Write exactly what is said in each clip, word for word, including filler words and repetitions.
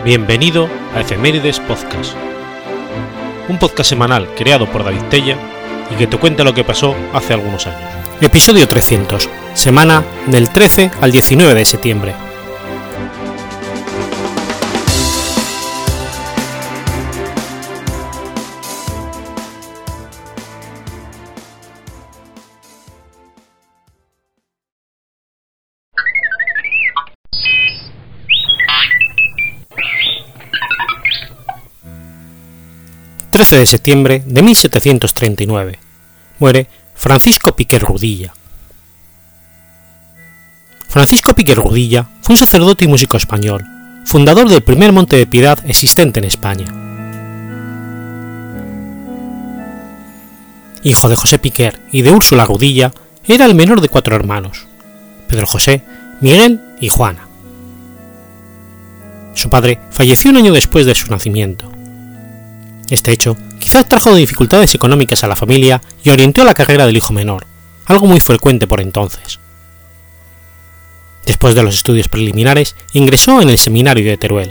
Bienvenido a Efemérides Podcast, un podcast semanal creado por David Tella y que te cuenta lo que pasó hace algunos años. Episodio trescientos, semana del trece al diecinueve de septiembre. trece de septiembre de mil setecientos treinta y nueve. Muere Francisco Piquer Rudilla. Francisco Piquer Rudilla fue un sacerdote y músico español, fundador del primer Monte de Piedad existente en España. Hijo de José Piquer y de Úrsula Rudilla, era el menor de cuatro hermanos: Pedro José, Miguel y Juana. Su padre falleció un año después de su nacimiento. Este hecho quizás trajo dificultades económicas a la familia y orientó la carrera del hijo menor, algo muy frecuente por entonces. Después de los estudios preliminares, ingresó en el seminario de Teruel.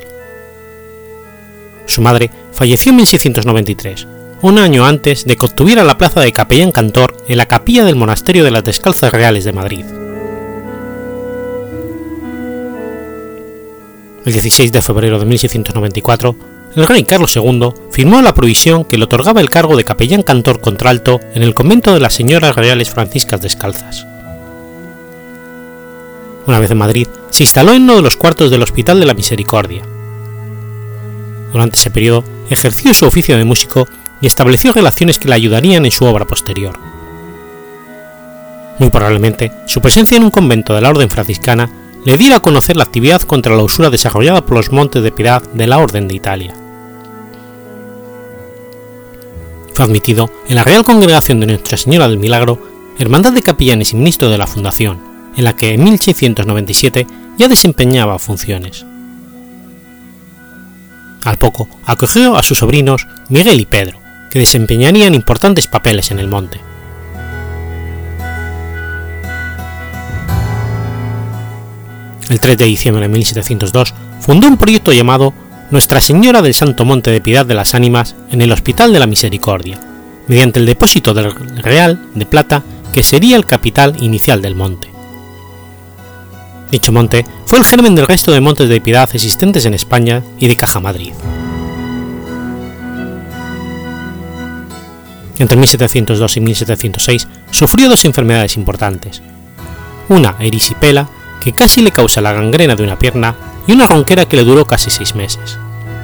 Su madre falleció en mil seiscientos noventa y tres, un año antes de que obtuviera la plaza de capellán cantor en la capilla del monasterio de las Descalzas Reales de Madrid. El dieciséis de febrero de mil seiscientos noventa y cuatro, el rey Carlos segundo firmó la provisión que le otorgaba el cargo de capellán cantor contralto en el convento de las Señoras Reales Franciscas Descalzas. Una vez en Madrid, se instaló en uno de los cuartos del Hospital de la Misericordia. Durante ese periodo, ejerció su oficio de músico y estableció relaciones que le ayudarían en su obra posterior. Muy probablemente, su presencia en un convento de la Orden Franciscana le diera a conocer la actividad contra la usura desarrollada por los Montes de Piedad de la Orden de Italia. Fue admitido en la Real Congregación de Nuestra Señora del Milagro, hermandad de capellanes y ministro de la Fundación, en la que en mil seiscientos noventa y siete ya desempeñaba funciones. Al poco acogió a sus sobrinos Miguel y Pedro, que desempeñarían importantes papeles en el monte. El tres de diciembre de mil setecientos dos fundó un proyecto llamado Nuestra Señora del Santo Monte de Piedad de las Ánimas en el Hospital de la Misericordia, mediante el depósito del real de plata que sería el capital inicial del monte. Dicho monte fue el germen del resto de montes de piedad existentes en España y de Caja Madrid. Entre mil setecientos dos y mil setecientos seis sufrió dos enfermedades importantes: una erisipela, que casi le causa la gangrena de una pierna, y una ronquera que le duró casi seis meses.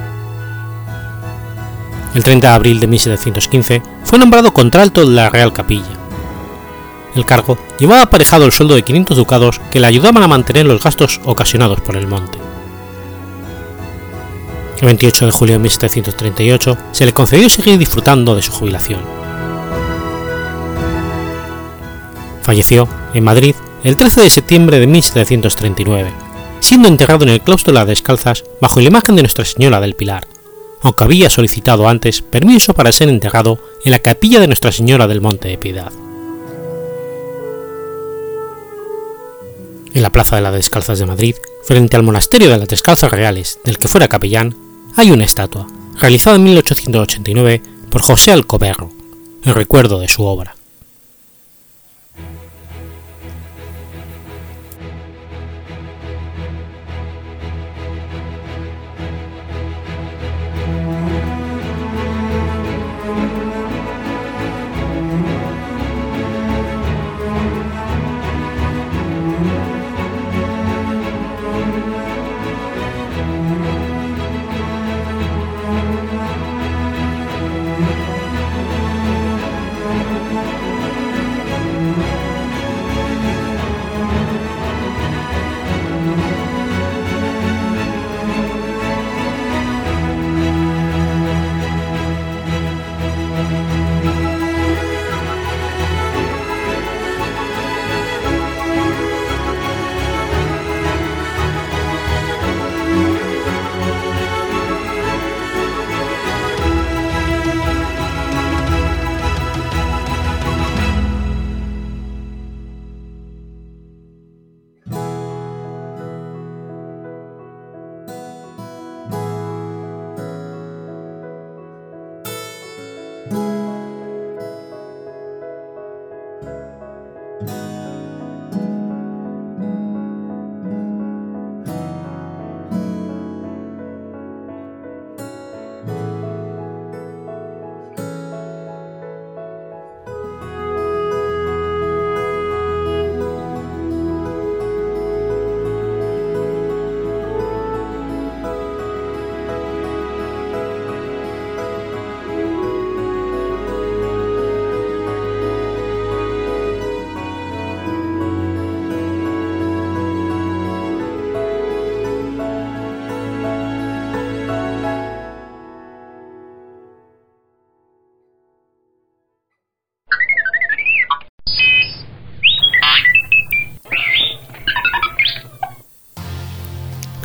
El treinta de abril de mil setecientos quince fue nombrado contralto de la Real Capilla. El cargo llevaba aparejado el sueldo de quinientos ducados que le ayudaban a mantener los gastos ocasionados por el monte. El veintiocho de julio de mil setecientos treinta y ocho se le concedió seguir disfrutando de su jubilación. Falleció en Madrid el trece de septiembre de mil setecientos treinta y nueve, siendo enterrado en el claustro de las Descalzas bajo la imagen de Nuestra Señora del Pilar, aunque había solicitado antes permiso para ser enterrado en la capilla de Nuestra Señora del Monte de Piedad. En la plaza de las Descalzas de Madrid, frente al monasterio de las Descalzas Reales, del que fuera capellán, hay una estatua, realizada en mil ochocientos ochenta y nueve por José Alcoberro, en recuerdo de su obra.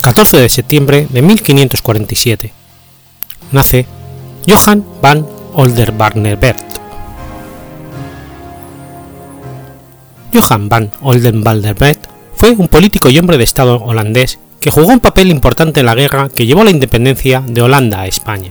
catorce de septiembre de mil quinientos cuarenta y siete, nace Johan van Oldenbarnevelt. Johan van Oldenbarnevelt fue un político y hombre de Estado holandés que jugó un papel importante en la guerra que llevó a la independencia de Holanda a España.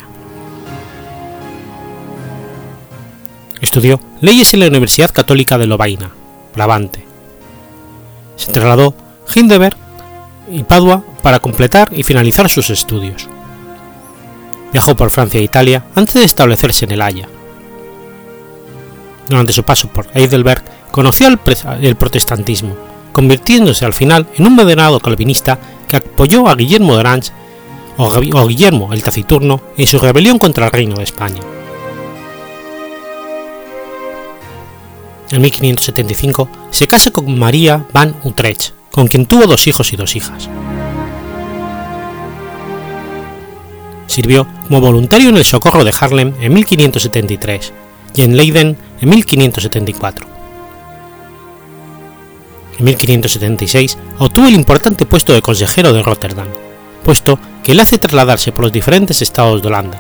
Estudió leyes en la Universidad Católica de Lovaina, Brabante. Se trasladó a Heidelberg y Padua para completar y finalizar sus estudios. Viajó por Francia e Italia antes de establecerse en El Haya. Durante su paso por Heidelberg conoció el, el protestantismo, convirtiéndose al final en un moderado calvinista que apoyó a Guillermo de Orange o, o Guillermo el Taciturno en su rebelión contra el Reino de España. En mil quinientos setenta y cinco se casa con María van Utrecht, con quien tuvo dos hijos y dos hijas. Sirvió como voluntario en el Socorro de Haarlem en mil quinientos setenta y tres y en Leiden en mil quinientos setenta y cuatro. En mil quinientos setenta y seis obtuvo el importante puesto de consejero de Rotterdam, puesto que le hace trasladarse por los diferentes estados de Holanda.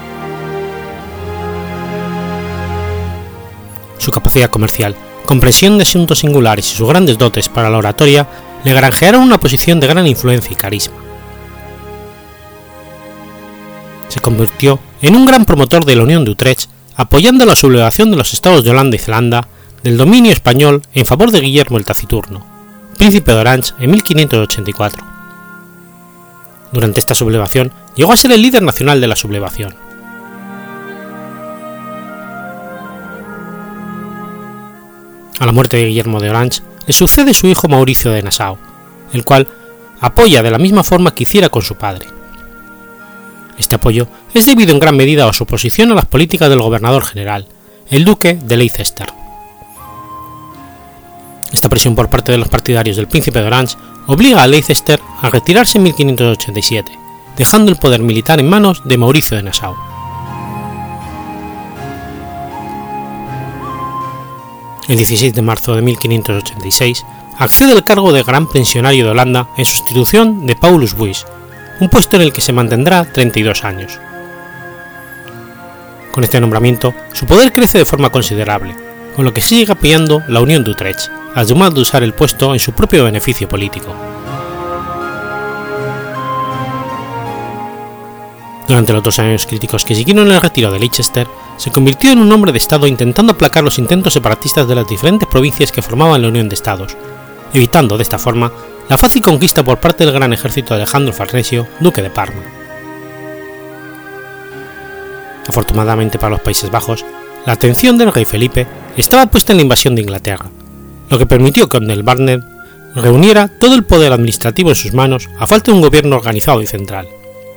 Su capacidad comercial, comprensión de asuntos singulares y sus grandes dotes para la oratoria le granjearon una posición de gran influencia y carisma. Se convirtió en un gran promotor de la Unión de Utrecht, apoyando la sublevación de los estados de Holanda y Zelanda del dominio español en favor de Guillermo el Taciturno, príncipe de Orange en mil quinientos ochenta y cuatro. Durante esta sublevación llegó a ser el líder nacional de la sublevación. A la muerte de Guillermo de Orange le sucede su hijo Mauricio de Nassau, el cual apoya de la misma forma que hiciera con su padre. Este apoyo es debido en gran medida a su oposición a las políticas del gobernador general, el duque de Leicester. Esta presión por parte de los partidarios del príncipe de Orange obliga a Leicester a retirarse en mil quinientos ochenta y siete, dejando el poder militar en manos de Mauricio de Nassau. El dieciséis de marzo de mil quinientos ochenta y seis accede al cargo de gran pensionario de Holanda en sustitución de Paulus Buys, un puesto en el que se mantendrá treinta y dos años. Con este nombramiento, su poder crece de forma considerable, con lo que sigue apoyando la Unión de Utrecht, además de usar el puesto en su propio beneficio político. Durante los dos años críticos que siguieron el retiro de Leicester, se convirtió en un hombre de Estado intentando aplacar los intentos separatistas de las diferentes provincias que formaban la Unión de Estados, evitando de esta forma la fácil conquista por parte del gran ejército de Alejandro Farnesio, duque de Parma. Afortunadamente para los Países Bajos, la atención del rey Felipe estaba puesta en la invasión de Inglaterra, lo que permitió que Oldenbarneveldt reuniera todo el poder administrativo en sus manos a falta de un gobierno organizado y central.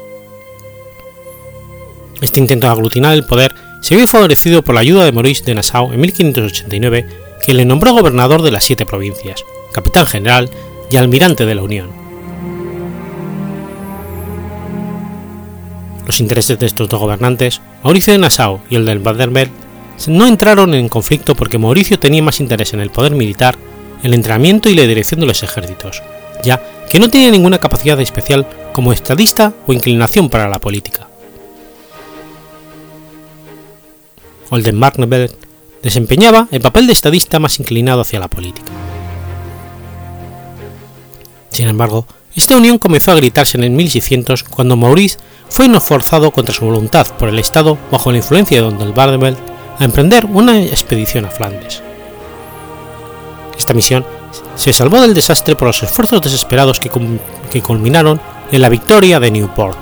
Este intento de aglutinar el poder se vio favorecido por la ayuda de Maurice de Nassau en mil quinientos ochenta y nueve, quien le nombró gobernador de las siete provincias, capitán general y almirante de la Unión. Los intereses de estos dos gobernantes, Mauricio de Nassau y el de Oldenbarneveldt, no entraron en conflicto porque Mauricio tenía más interés en el poder militar, el entrenamiento y la dirección de los ejércitos, ya que no tenía ninguna capacidad especial como estadista o inclinación para la política. Oldenbarneveldt desempeñaba el papel de estadista más inclinado hacia la política. Sin embargo, esta unión comenzó a gritarse en el mil seiscientos cuando Maurice fue forzado contra su voluntad por el Estado bajo la influencia de Oldenbarneveldt a emprender una expedición a Flandes. Esta misión se salvó del desastre por los esfuerzos desesperados que, que culminaron en la victoria de Nieuport.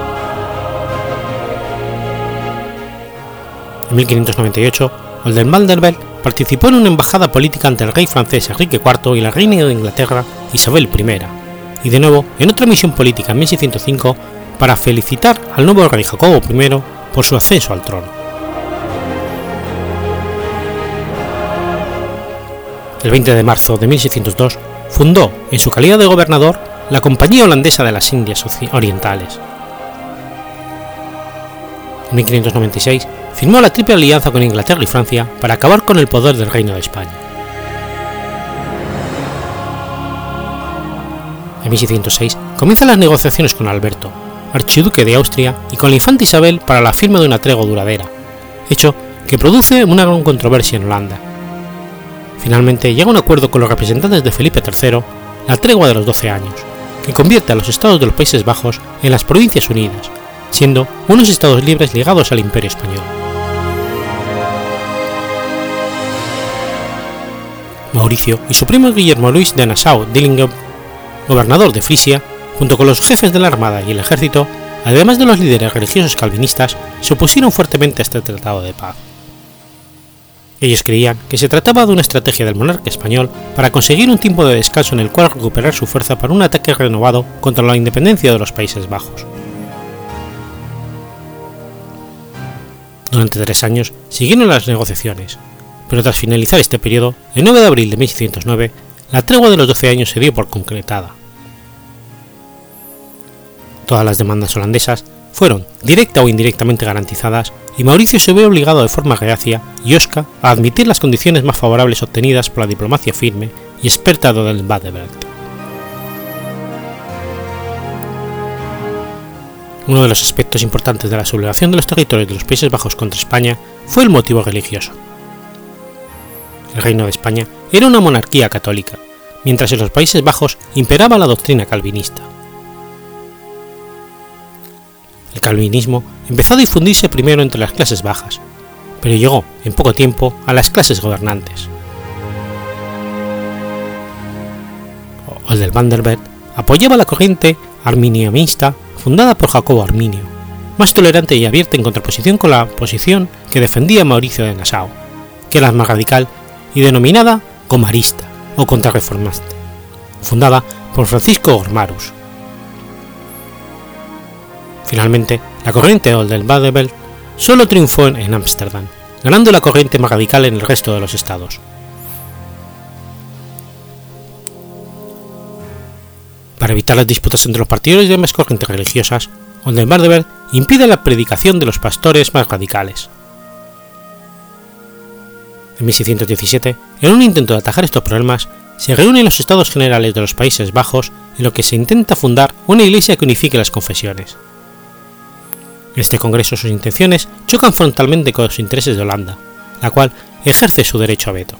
En mil quinientos noventa y ocho, Oldenbarneveldt participó en una embajada política ante el rey francés Enrique cuarto y la reina de Inglaterra Isabel I, y de nuevo en otra misión política en mil seiscientos cinco para felicitar al nuevo rey Jacobo I por su ascenso al trono. El veinte de marzo de mil seiscientos dos fundó, en su calidad de gobernador, la Compañía Holandesa de las Indias Orientales. En mil quinientos noventa y seis firmó la Triple Alianza con Inglaterra y Francia para acabar con el poder del Reino de España. En mil seiscientos seis comienzan las negociaciones con Alberto, archiduque de Austria, y con la infanta Isabel para la firma de una tregua duradera, hecho que produce una gran controversia en Holanda. Finalmente llega a un acuerdo con los representantes de Felipe tercero, la tregua de los doce años, que convierte a los estados de los Países Bajos en las Provincias Unidas, siendo unos estados libres ligados al Imperio Español. Mauricio y su primo Guillermo Luis de Nassau-Dillenburg, gobernador de Frisia, junto con los jefes de la armada y el ejército, además de los líderes religiosos calvinistas, se opusieron fuertemente a este tratado de paz. Ellos creían que se trataba de una estrategia del monarca español para conseguir un tiempo de descanso en el cual recuperar su fuerza para un ataque renovado contra la independencia de los Países Bajos. Durante tres años siguieron las negociaciones, pero tras finalizar este periodo, el nueve de abril de mil seiscientos nueve, la tregua de los doce años se dio por concretada. Todas las demandas holandesas fueron directa o indirectamente garantizadas, y Mauricio se ve obligado de forma reacia y hosca a admitir las condiciones más favorables obtenidas por la diplomacia firme y experta de Oldenbarneveldt. Uno de los aspectos importantes de la sublevación de los territorios de los Países Bajos contra España fue el motivo religioso. El Reino de España era una monarquía católica, mientras en los Países Bajos imperaba la doctrina calvinista. El calvinismo empezó a difundirse primero entre las clases bajas, pero llegó en poco tiempo a las clases gobernantes. Oldenbarneveldt apoyaba la corriente arminianista fundada por Jacobo Arminio, más tolerante y abierta en contraposición con la posición que defendía Mauricio de Nassau, que era más radical y denominada gomarista o contrarreformista, fundada por Francisco Gormarus. Finalmente, la corriente Oldenbarneveldt solo triunfó en Ámsterdam, ganando la corriente más radical en el resto de los estados. Para evitar las disputas entre los partidarios de ambas corrientes religiosas, Oldenbarneveldt impide la predicación de los pastores más radicales. En mil seiscientos diecisiete, en un intento de atajar estos problemas, se reúnen los Estados Generales de los Países Bajos en lo que se intenta fundar una iglesia que unifique las confesiones. En este congreso sus intenciones chocan frontalmente con los intereses de Holanda, la cual ejerce su derecho a veto.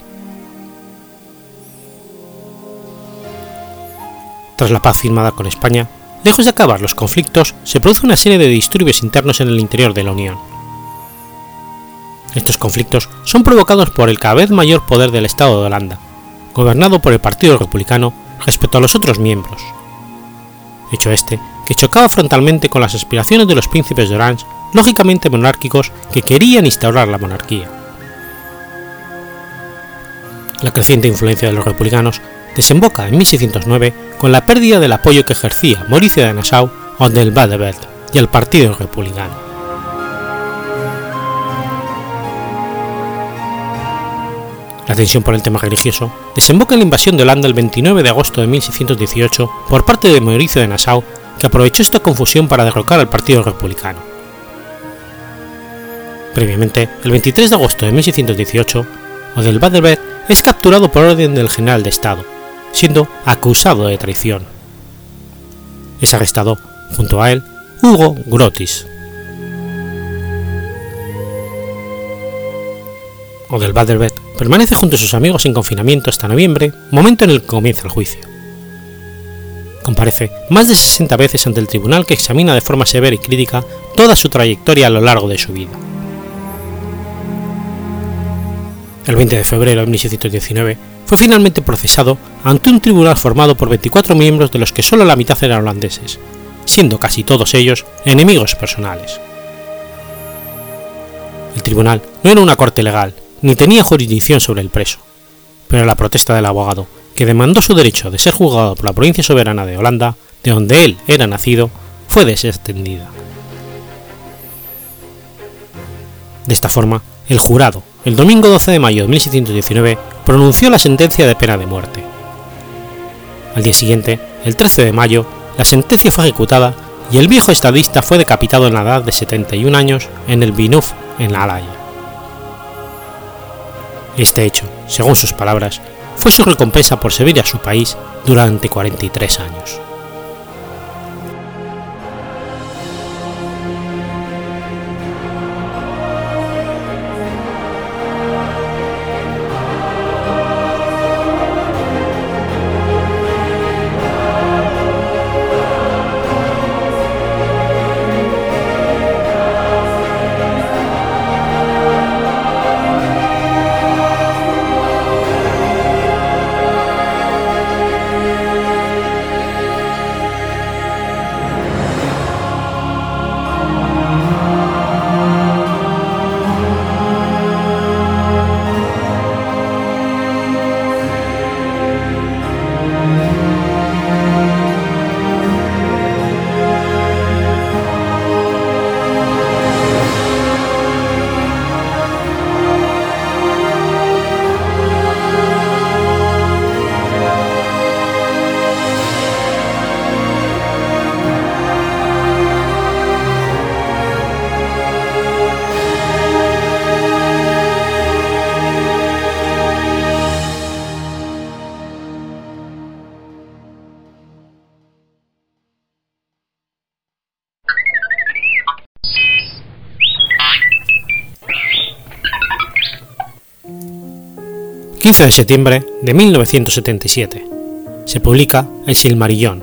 Tras la paz firmada con España, lejos de acabar los conflictos, se produce una serie de disturbios internos en el interior de la Unión. Estos conflictos son provocados por el cada vez mayor poder del Estado de Holanda, gobernado por el Partido Republicano respecto a los otros miembros. Hecho este, que chocaba frontalmente con las aspiraciones de los príncipes de Orange, lógicamente monárquicos, que querían instaurar la monarquía. La creciente influencia de los republicanos desemboca en mil seiscientos nueve con la pérdida del apoyo que ejercía Mauricio de Nassau a Oldenbarneveldt y al Partido Republicano. La tensión por el tema religioso desemboca en la invasión de Holanda el veintinueve de agosto de mil seiscientos dieciocho por parte de Mauricio de Nassau, que aprovechó esta confusión para derrocar al Partido Republicano. Previamente, el veintitrés de agosto de mil seiscientos dieciocho, Oldenbarneveldt es capturado por orden del general de Estado, siendo acusado de traición. Es arrestado, junto a él, Hugo Grotius. Oldenbarneveldt permanece junto a sus amigos en confinamiento hasta noviembre, momento en el que comienza el juicio. Comparece más de sesenta veces ante el tribunal, que examina de forma severa y crítica toda su trayectoria a lo largo de su vida. El veinte de febrero de mil seiscientos diecinueve fue finalmente procesado ante un tribunal formado por veinticuatro miembros, de los que solo la mitad eran holandeses, siendo casi todos ellos enemigos personales. El tribunal no era una corte legal, ni tenía jurisdicción sobre el preso, pero la protesta del abogado, que demandó su derecho de ser juzgado por la provincia soberana de Holanda, de donde él era nacido, fue desatendida. De esta forma, el jurado, el domingo doce de mayo de mil seiscientos diecinueve, pronunció la sentencia de pena de muerte. Al día siguiente, el trece de mayo, la sentencia fue ejecutada y el viejo estadista fue decapitado en la edad de setenta y un años en el Binnenhof, en La Haya. Este hecho, según sus palabras, fue su recompensa por servir a su país durante cuarenta y tres años. quince de septiembre de mil novecientos setenta y siete, se publica El Silmarillion.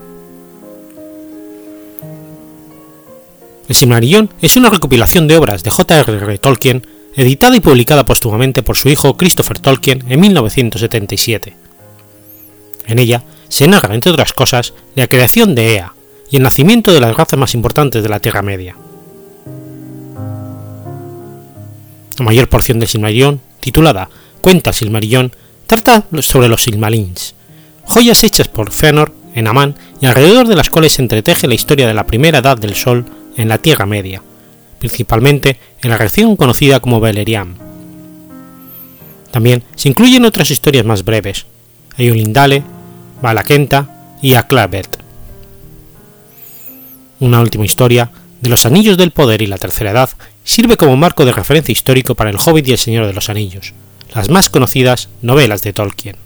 El Silmarillion es una recopilación de obras de J R R Tolkien, editada y publicada póstumamente por su hijo Christopher Tolkien en mil novecientos setenta y siete. En ella se narra, entre otras cosas, la creación de Ea y el nacimiento de las razas más importantes de la Tierra Media. La mayor porción del Silmarillion, titulada Cuentas Silmarillion, trata sobre los Silmarils, joyas hechas por Fëanor en Amán y alrededor de las cuales se entreteje la historia de la primera edad del Sol en la Tierra Media, principalmente en la región conocida como Beleriand. También se incluyen otras historias más breves, Eowlindale, Valakenta y Aklaveth. Una última historia, de los Anillos del Poder y la Tercera Edad, sirve como marco de referencia histórico para El Hobbit y El Señor de los Anillos, las más conocidas novelas de Tolkien.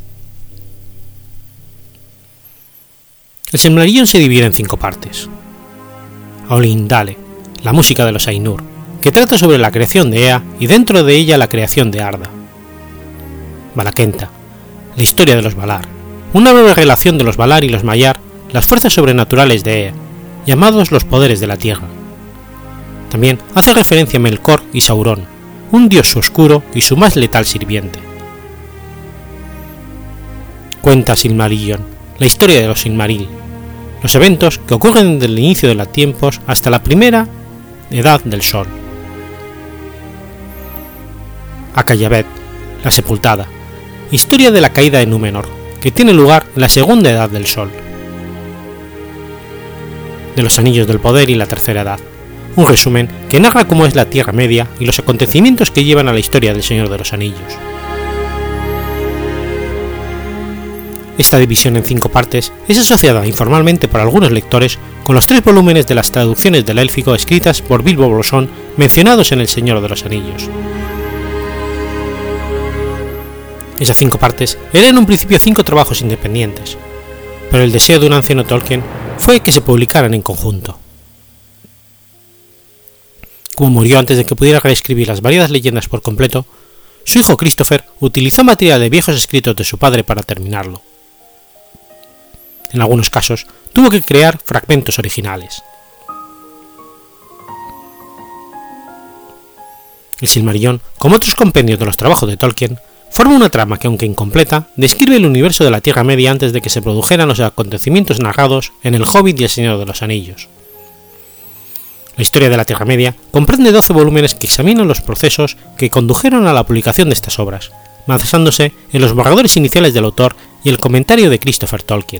El Silmarillion se divide en cinco partes. Eowlindale, la música de los Ainur, que trata sobre la creación de Ea y dentro de ella la creación de Arda. Valakenta, la historia de los Valar, una breve relación de los Valar y los Maiar, las fuerzas sobrenaturales de Ea, llamados los poderes de la tierra. También hace referencia a Melkor y Sauron, un dios oscuro y su más letal sirviente. Cuenta Silmarillion, la historia de los Silmaril, los eventos que ocurren desde el inicio de los tiempos hasta la primera edad del Sol. Akayabeth, la sepultada, historia de la caída de Númenor, que tiene lugar en la segunda edad del Sol. De los Anillos del Poder y la Tercera Edad, un resumen que narra cómo es la Tierra Media y los acontecimientos que llevan a la historia del Señor de los Anillos. Esta división en cinco partes es asociada informalmente por algunos lectores con los tres volúmenes de las traducciones del élfico escritas por Bilbo Bolsón mencionados en El Señor de los Anillos. Esas cinco partes eran en un principio cinco trabajos independientes, pero el deseo de un anciano Tolkien fue que se publicaran en conjunto. Como murió antes de que pudiera reescribir las variadas leyendas por completo, su hijo Christopher utilizó material de viejos escritos de su padre para terminarlo. En algunos casos, tuvo que crear fragmentos originales. El Silmarillion, como otros compendios de los trabajos de Tolkien, forma una trama que, aunque incompleta, describe el universo de la Tierra Media antes de que se produjeran los acontecimientos narrados en El Hobbit y El Señor de los Anillos. La historia de la Tierra Media comprende doce volúmenes que examinan los procesos que condujeron a la publicación de estas obras, basándose en los borradores iniciales del autor y el comentario de Christopher Tolkien.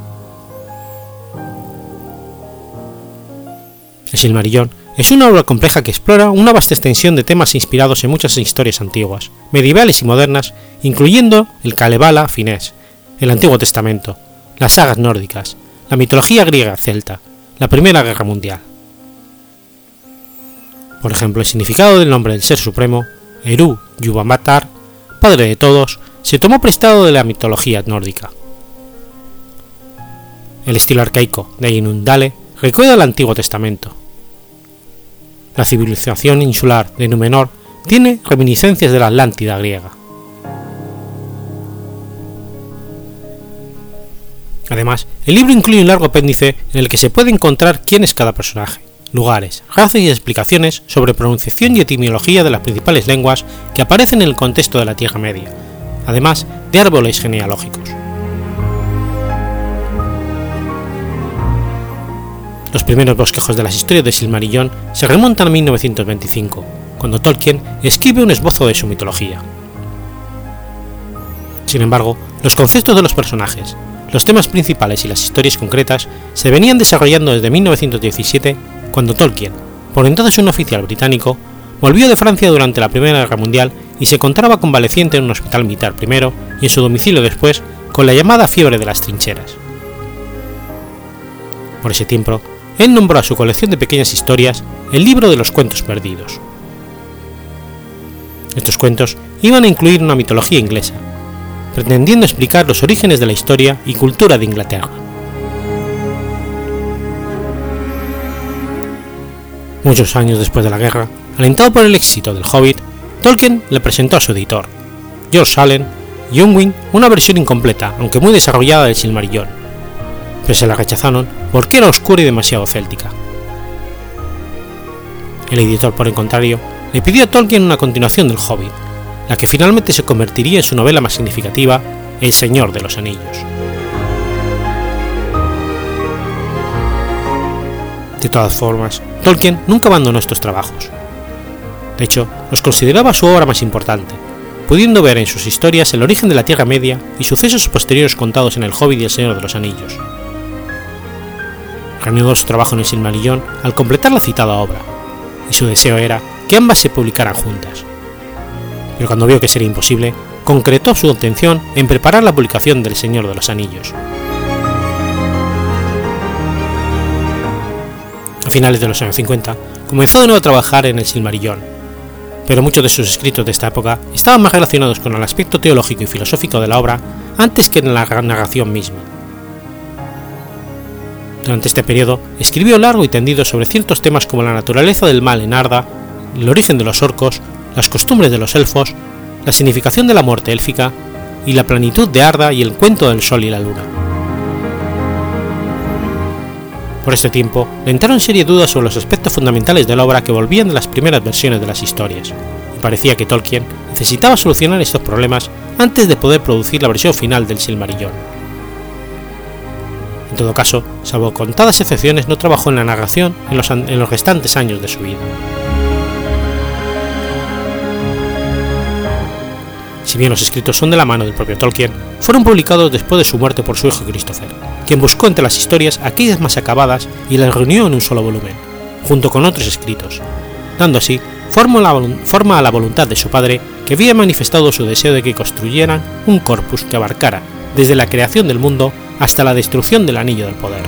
El Silmarillion es una obra compleja que explora una vasta extensión de temas inspirados en muchas historias antiguas, medievales y modernas, incluyendo el Kalevala finés, el Antiguo Testamento, las sagas nórdicas, la mitología griega celta, la Primera Guerra Mundial. Por ejemplo, el significado del nombre del Ser Supremo, Eru Ilúvatar, Padre de Todos, se tomó prestado de la mitología nórdica. El estilo arcaico de Eowlindale recuerda al Antiguo Testamento. La civilización insular de Númenor tiene reminiscencias de la Atlántida griega. Además, el libro incluye un largo apéndice en el que se puede encontrar quién es cada personaje, lugares, razas y explicaciones sobre pronunciación y etimología de las principales lenguas que aparecen en el contexto de la Tierra Media, además de árboles genealógicos. Los primeros bosquejos de las historias de Silmarillion se remontan a mil novecientos veinticinco, cuando Tolkien escribe un esbozo de su mitología. Sin embargo, los conceptos de los personajes, los temas principales y las historias concretas se venían desarrollando desde mil novecientos diecisiete, cuando Tolkien, por entonces un oficial británico, volvió de Francia durante la Primera Guerra Mundial y se encontraba convaleciente en un hospital militar primero y en su domicilio después con la llamada fiebre de las trincheras. Por ese tiempo, él nombró a su colección de pequeñas historias el Libro de los Cuentos Perdidos. Estos cuentos iban a incluir una mitología inglesa, pretendiendo explicar los orígenes de la historia y cultura de Inglaterra. Muchos años después de la guerra, alentado por el éxito del Hobbit, Tolkien le presentó a su editor, George Allen y Unwin una versión incompleta, aunque muy desarrollada, del Silmarillion, pero se la rechazaron porque era oscura y demasiado céltica. El editor, por el contrario, le pidió a Tolkien una continuación del Hobbit, la que finalmente se convertiría en su novela más significativa, El Señor de los Anillos. De todas formas, Tolkien nunca abandonó estos trabajos. De hecho, los consideraba su obra más importante, pudiendo ver en sus historias el origen de la Tierra Media y sucesos posteriores contados en El Hobbit y El Señor de los Anillos. Reanudó su trabajo en el Silmarillion al completar la citada obra, y su deseo era que ambas se publicaran juntas. Pero cuando vio que sería imposible, concretó su intención en preparar la publicación del Señor de los Anillos. A finales de los años cincuenta, comenzó de nuevo a trabajar en el Silmarillion, pero muchos de sus escritos de esta época estaban más relacionados con el aspecto teológico y filosófico de la obra antes que en la narración misma. Durante este periodo escribió largo y tendido sobre ciertos temas como la naturaleza del mal en Arda, el origen de los orcos, las costumbres de los elfos, la significación de la muerte élfica y la plenitud de Arda y el cuento del sol y la luna. Por este tiempo le entraron serias dudas sobre los aspectos fundamentales de la obra que volvían de las primeras versiones de las historias, y parecía que Tolkien necesitaba solucionar estos problemas antes de poder producir la versión final del Silmarillion. En todo caso, salvo contadas excepciones, no trabajó en la narración en los, en los restantes años de su vida. Si bien los escritos son de la mano del propio Tolkien, fueron publicados después de su muerte por su hijo Christopher, quien buscó entre las historias aquellas más acabadas y las reunió en un solo volumen, junto con otros escritos, dando así forma a, la, forma a la voluntad de su padre, que había manifestado su deseo de que construyeran un corpus que abarcara desde la creación del mundo hasta la destrucción del Anillo del Poder.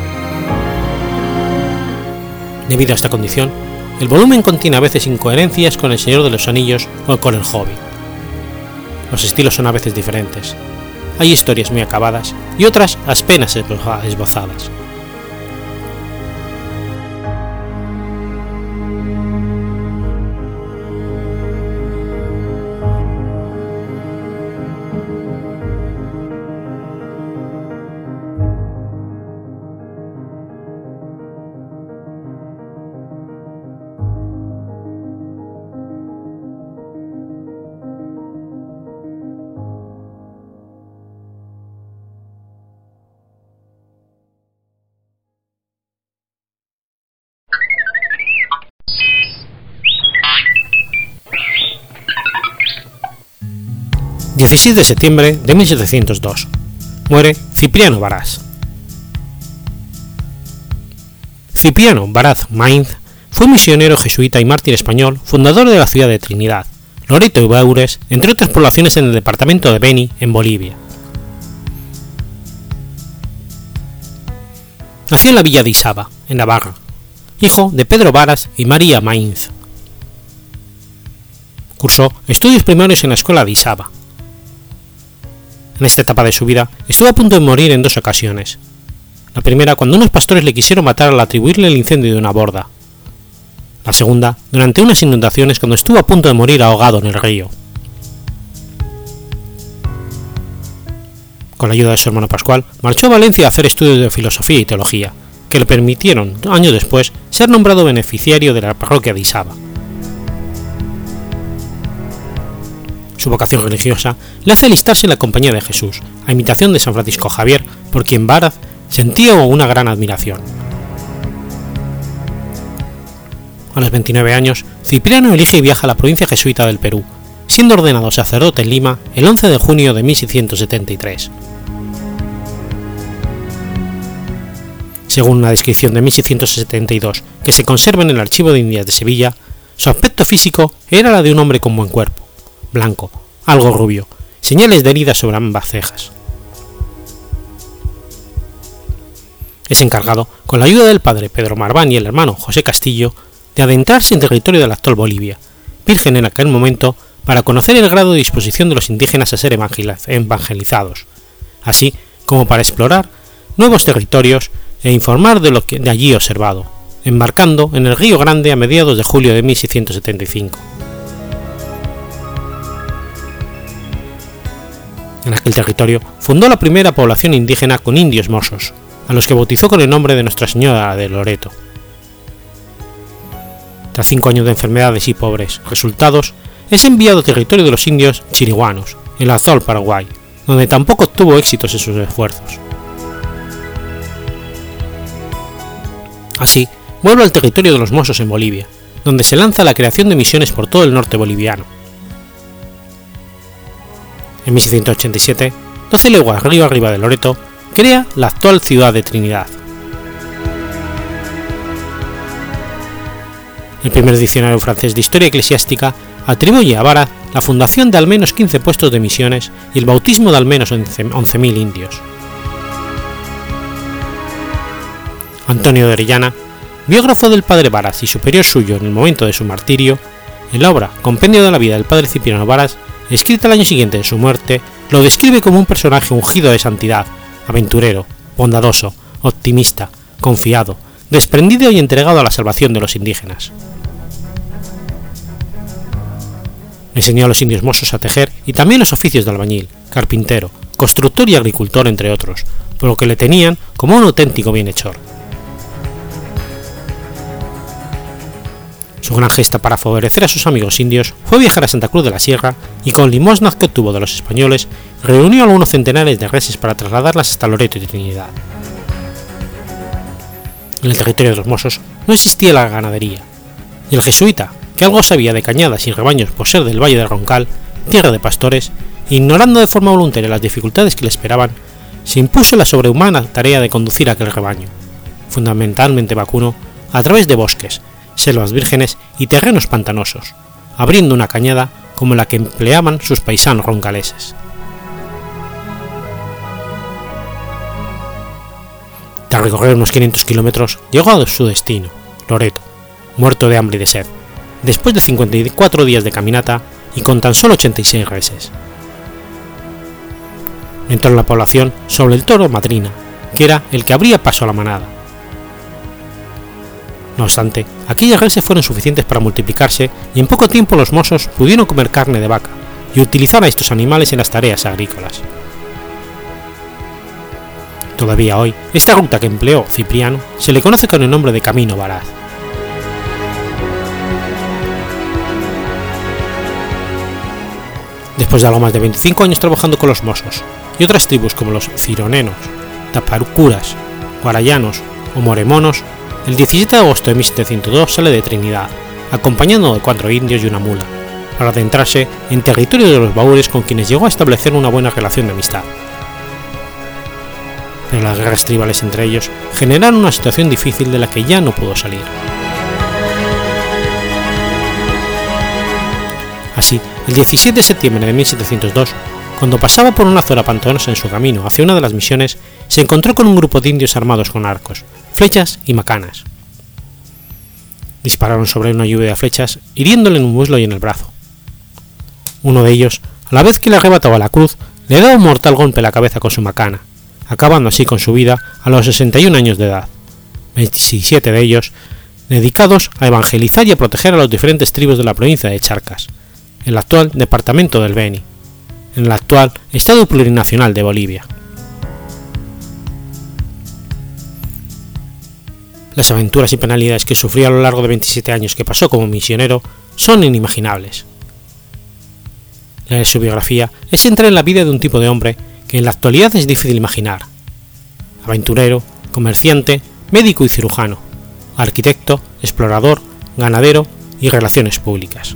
Debido a esta condición, el volumen contiene a veces incoherencias con El Señor de los Anillos o con El Hobbit. Los estilos son a veces diferentes. Hay historias muy acabadas y otras apenas esbozadas. dieciséis de septiembre de mil setecientos dos. Muere Cipriano Varaz. Cipriano Varaz Mainz fue misionero jesuita y mártir español, fundador de la ciudad de Trinidad, Loreto y Baures, entre otras poblaciones en el departamento de Beni, en Bolivia. Nació en la villa de Isaba, en Navarra, hijo de Pedro Varaz y María Mainz. Cursó estudios primarios en la escuela de Isaba. En esta etapa de su vida estuvo a punto de morir en dos ocasiones. La primera cuando unos pastores le quisieron matar al atribuirle el incendio de una borda. La segunda durante unas inundaciones cuando estuvo a punto de morir ahogado en el río. Con la ayuda de su hermano Pascual, marchó a Valencia a hacer estudios de filosofía y teología, que le permitieron, años después, ser nombrado beneficiario de la parroquia de Isaba. Su vocación religiosa le hace alistarse en la Compañía de Jesús, a imitación de San Francisco Javier, por quien Varaz sentía una gran admiración. A los veintinueve años, Cipriano elige y viaja a la provincia jesuita del Perú, siendo ordenado sacerdote en Lima el once de junio de mil seiscientos setenta y tres. Según una descripción de mil seiscientos setenta y dos que se conserva en el Archivo de Indias de Sevilla, su aspecto físico era la de un hombre con buen cuerpo, blanco, algo rubio, señales de heridas sobre ambas cejas. Es encargado, con la ayuda del padre Pedro Marván y el hermano José Castillo, de adentrarse en territorio de la actual Bolivia, virgen en aquel momento, para conocer el grado de disposición de los indígenas a ser evangelizados, así como para explorar nuevos territorios e informar de lo que de allí observado, embarcando en el Río Grande a mediados de julio de mil seiscientos setenta y cinco. En aquel territorio fundó la primera población indígena con indios mosos, a los que bautizó con el nombre de Nuestra Señora de Loreto. Tras cinco años de enfermedades y pobres resultados, es enviado a territorio de los indios chiriguanos, en el actual Paraguay, donde tampoco obtuvo éxitos en sus esfuerzos. Así, vuelve al territorio de los Mossos en Bolivia, donde se lanza la creación de misiones por todo el norte boliviano. En mil seiscientos ochenta y siete, doce leguas río arriba de Loreto, crea la actual ciudad de Trinidad. El primer diccionario francés de historia eclesiástica atribuye a Vara la fundación de al menos quince puestos de misiones y el bautismo de al menos once mil indios. Antonio de Orellana, biógrafo del padre Varas y superior suyo en el momento de su martirio, en la obra Compendio de la vida del padre Cipriano Varas, escrita al año siguiente de su muerte, lo describe como un personaje ungido de santidad, aventurero, bondadoso, optimista, confiado, desprendido y entregado a la salvación de los indígenas. Enseñó a los indios mosos a tejer y también los oficios de albañil, carpintero, constructor y agricultor, entre otros, por lo que le tenían como un auténtico bienhechor. Su gran gesta para favorecer a sus amigos indios fue viajar a Santa Cruz de la Sierra y con limosnas que obtuvo de los españoles reunió algunos centenares de reses para trasladarlas hasta Loreto y Trinidad. En el territorio de los Mossos no existía la ganadería, y el jesuita, que algo sabía de cañadas y rebaños por ser del Valle del Roncal, tierra de pastores, ignorando de forma voluntaria las dificultades que le esperaban, se impuso la sobrehumana tarea de conducir aquel rebaño, fundamentalmente vacuno, a través de bosques, selvas vírgenes y terrenos pantanosos, abriendo una cañada como la que empleaban sus paisanos roncaleses. Tras recorrer unos quinientos kilómetros, llegó a su destino, Loreto, muerto de hambre y de sed, después de cincuenta y cuatro días de caminata y con tan solo ochenta y seis reses. Entró en la población sobre el toro Madrina, que era el que abría paso a la manada. No obstante, aquellas reses fueron suficientes para multiplicarse y en poco tiempo los mozos pudieron comer carne de vaca y utilizar a estos animales en las tareas agrícolas. Todavía hoy, esta ruta que empleó Cipriano se le conoce con el nombre de Camino Varaz. Después de algo más de veinticinco años trabajando con los mozos y otras tribus como los cironenos, taparucuras, guarayanos o moremonos, el diecisiete de agosto de mil setecientos dos sale de Trinidad, acompañado de cuatro indios y una mula, para adentrarse en territorio de los baúres con quienes llegó a establecer una buena relación de amistad. Pero las guerras tribales entre ellos generaron una situación difícil de la que ya no pudo salir. Así, el diecisiete de septiembre de mil setecientos dos, cuando pasaba por una zona pantanosa en su camino hacia una de las misiones, se encontró con un grupo de indios armados con arcos, flechas y macanas. Dispararon sobre una lluvia de flechas, hiriéndole en un muslo y en el brazo. Uno de ellos, a la vez que le arrebataba la cruz, le daba un mortal golpe en la cabeza con su macana, acabando así con su vida a los sesenta y un años de edad, veintisiete de ellos dedicados a evangelizar y a proteger a las diferentes tribus de la provincia de Charcas, en el actual departamento del Beni, en el actual Estado Plurinacional de Bolivia. Las aventuras y penalidades que sufrió a lo largo de veintisiete años que pasó como misionero son inimaginables. Leer su biografía es entrar en la vida de un tipo de hombre que en la actualidad es difícil imaginar: aventurero, comerciante, médico y cirujano, arquitecto, explorador, ganadero y relaciones públicas.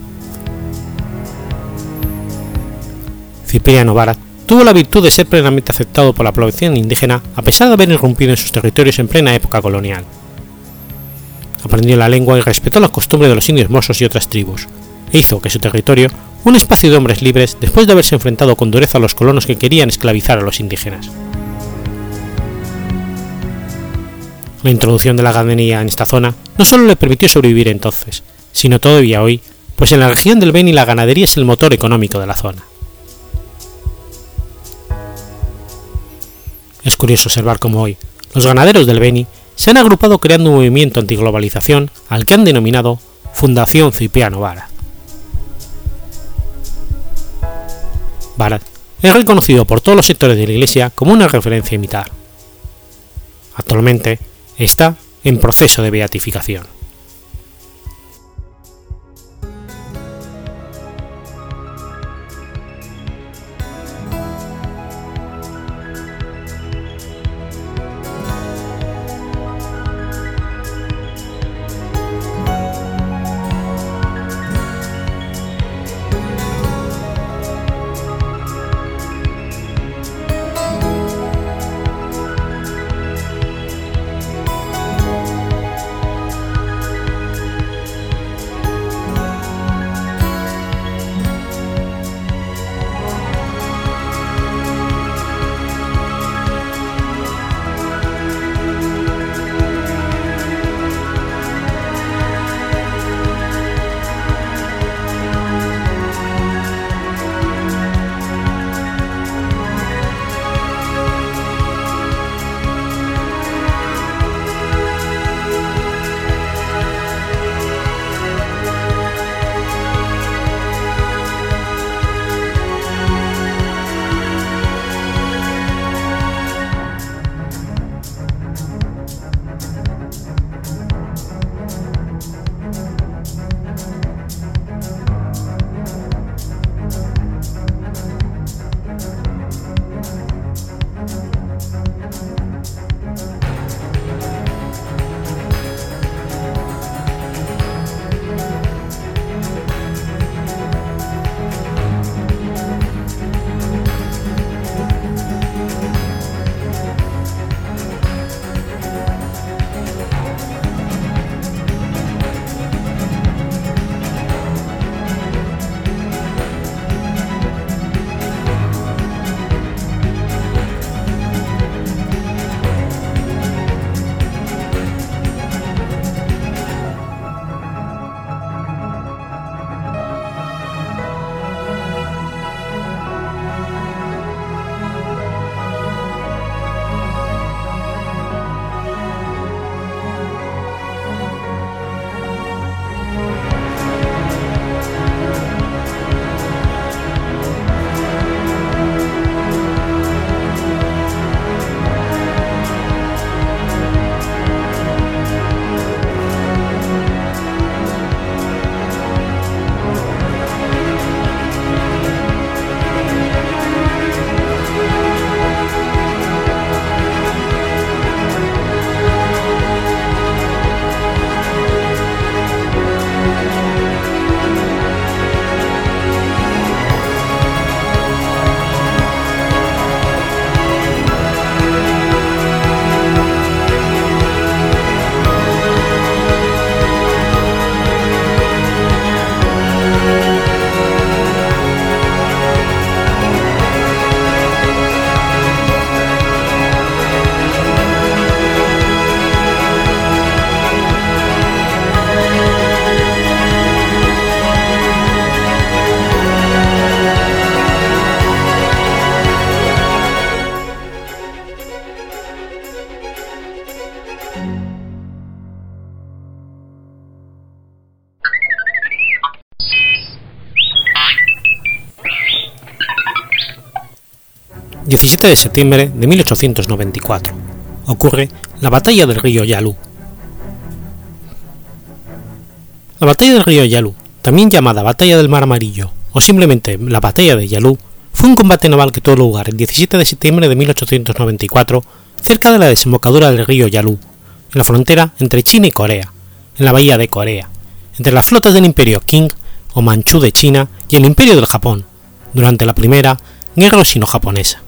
Cipriano Varaz tuvo la virtud de ser plenamente aceptado por la población indígena a pesar de haber irrumpido en sus territorios en plena época colonial. Aprendió la lengua y respetó las costumbres de los indios mozos y otras tribus, e hizo que su territorio un espacio de hombres libres después de haberse enfrentado con dureza a los colonos que querían esclavizar a los indígenas. La introducción de la ganadería en esta zona no solo le permitió sobrevivir entonces, sino todavía hoy, pues en la región del Beni la ganadería es el motor económico de la zona. Es curioso observar cómo hoy los ganaderos del Beni se han agrupado creando un movimiento antiglobalización al que han denominado Fundación Cipriano Varaz. Varaz es reconocido por todos los sectores de la Iglesia como una referencia a imitar. Actualmente está en proceso de beatificación. diecisiete de septiembre de mil ochocientos noventa y cuatro. Ocurre la batalla del río Yalu. La batalla del río Yalu, también llamada Batalla del Mar Amarillo o simplemente la Batalla de Yalu, fue un combate naval que tuvo lugar el diecisiete de septiembre de mil ochocientos noventa y cuatro cerca de la desembocadura del río Yalu, en la frontera entre China y Corea, en la bahía de Corea, entre las flotas del Imperio Qing o Manchú de China y el Imperio del Japón, durante la primera guerra sino-japonesa.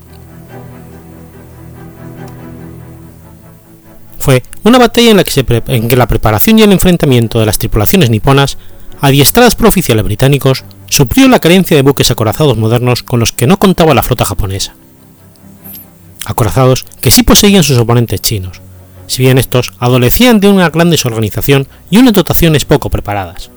Fue una batalla en la, que se pre en que la preparación y el enfrentamiento de las tripulaciones niponas, adiestradas por oficiales británicos, suplió la carencia de buques acorazados modernos con los que no contaba la flota japonesa. Acorazados que sí poseían sus oponentes chinos, si bien estos adolecían de una gran desorganización y unas dotaciones poco preparadas.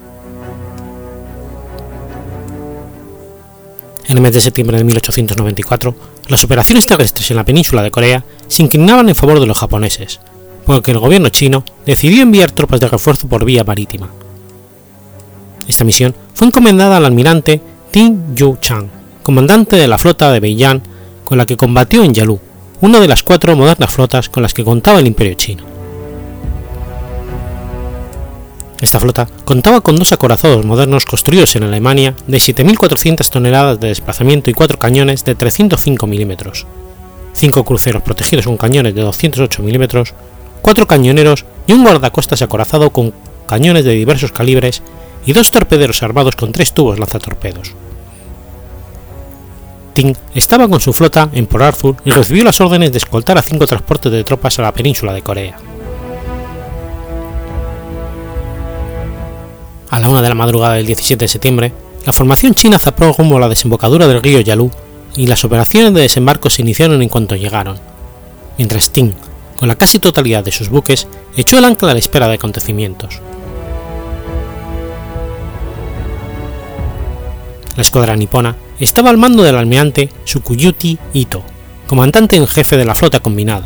En el mes de septiembre de mil ochocientos noventa y cuatro, las operaciones terrestres en la península de Corea se inclinaban en favor de los japoneses, porque el gobierno chino decidió enviar tropas de refuerzo por vía marítima. Esta misión fue encomendada al almirante Tin Yu Chang comandante de la flota de Beiyang, con la que combatió en Yalu, una de las cuatro modernas flotas con las que contaba el Imperio chino. Esta flota contaba con dos acorazados modernos construidos en Alemania de siete mil cuatrocientas toneladas de desplazamiento y cuatro cañones de trescientos cinco milímetros, cinco cruceros protegidos con cañones de doscientos ocho milímetros, cuatro cañoneros y un guardacostas acorazado con cañones de diversos calibres y dos torpederos armados con tres tubos lanzatorpedos. Ting estaba con su flota en Port Arthur y recibió las órdenes de escoltar a cinco transportes de tropas a la península de Corea. A la una de la madrugada del diecisiete de septiembre, la formación china zarpó rumbo a la desembocadura del río Yalu y las operaciones de desembarco se iniciaron en cuanto llegaron, mientras Ting, con la casi totalidad de sus buques, echó el ancla a la espera de acontecimientos. La escuadra nipona estaba al mando del almirante Tsukuyuki Ito, comandante en jefe de la flota combinada.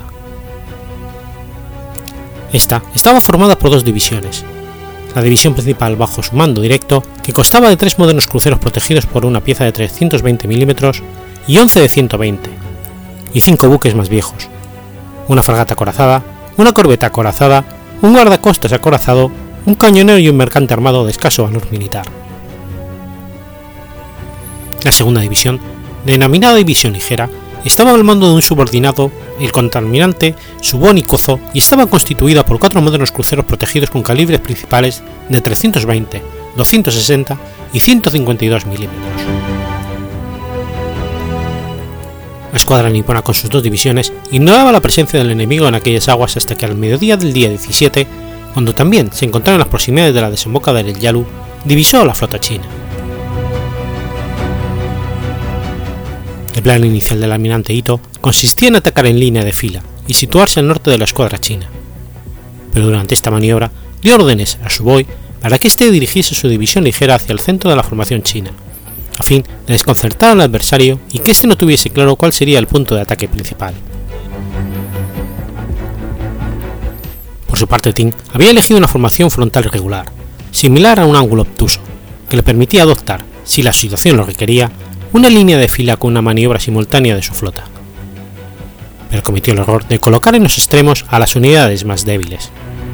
Esta estaba formada por dos divisiones. La división principal bajo su mando directo, que constaba de tres modernos cruceros protegidos por una pieza de trescientos veinte milímetros y once de ciento veinte, y cinco buques más viejos, una fragata acorazada, una corbeta acorazada, un guardacostas acorazado, un cañonero y un mercante armado de escaso valor militar. La segunda división, denominada División Ligera, estaba al mando de un subordinado, el contraalmirante Suboni Kozo, y estaba constituida por cuatro modernos cruceros protegidos con calibres principales de trescientos veinte, doscientos sesenta y ciento cincuenta y dos milímetros. La escuadra nipona con sus dos divisiones ignoraba la presencia del enemigo en aquellas aguas hasta que al mediodía del día diecisiete, cuando también se encontraba en las proximidades de la desembocadura del Yalu, divisó a la flota china. El plan inicial del almirante Ito consistía en atacar en línea de fila y situarse al norte de la escuadra china, pero durante esta maniobra dio órdenes a Suboi para que éste dirigiese su división ligera hacia el centro de la formación china, a fin de desconcertar al adversario y que éste no tuviese claro cuál sería el punto de ataque principal. Por su parte, Ting había elegido una formación frontal regular, similar a un ángulo obtuso, que le permitía adoptar, si la situación lo requería, una línea de fila con una maniobra simultánea de su flota, pero cometió el error de colocar en los extremos a las unidades más débiles.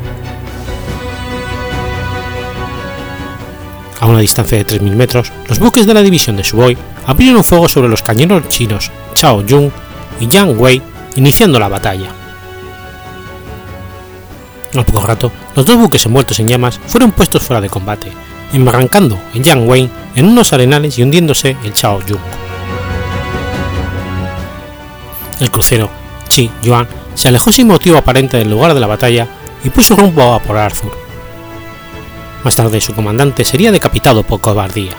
A una distancia de tres mil metros, los buques de la división de Suboi abrieron fuego sobre los cañoneros chinos Chao Jung y Yang Wei, iniciando la batalla. Al poco rato, los dos buques envueltos en llamas fueron puestos fuera de combate, embarrancando el Yang Wei en unos arenales y hundiéndose el Chao Jung. El crucero Chi Yuan se alejó sin motivo aparente del lugar de la batalla y puso rumbo a Port Arthur. Más tarde su comandante sería decapitado por cobardía.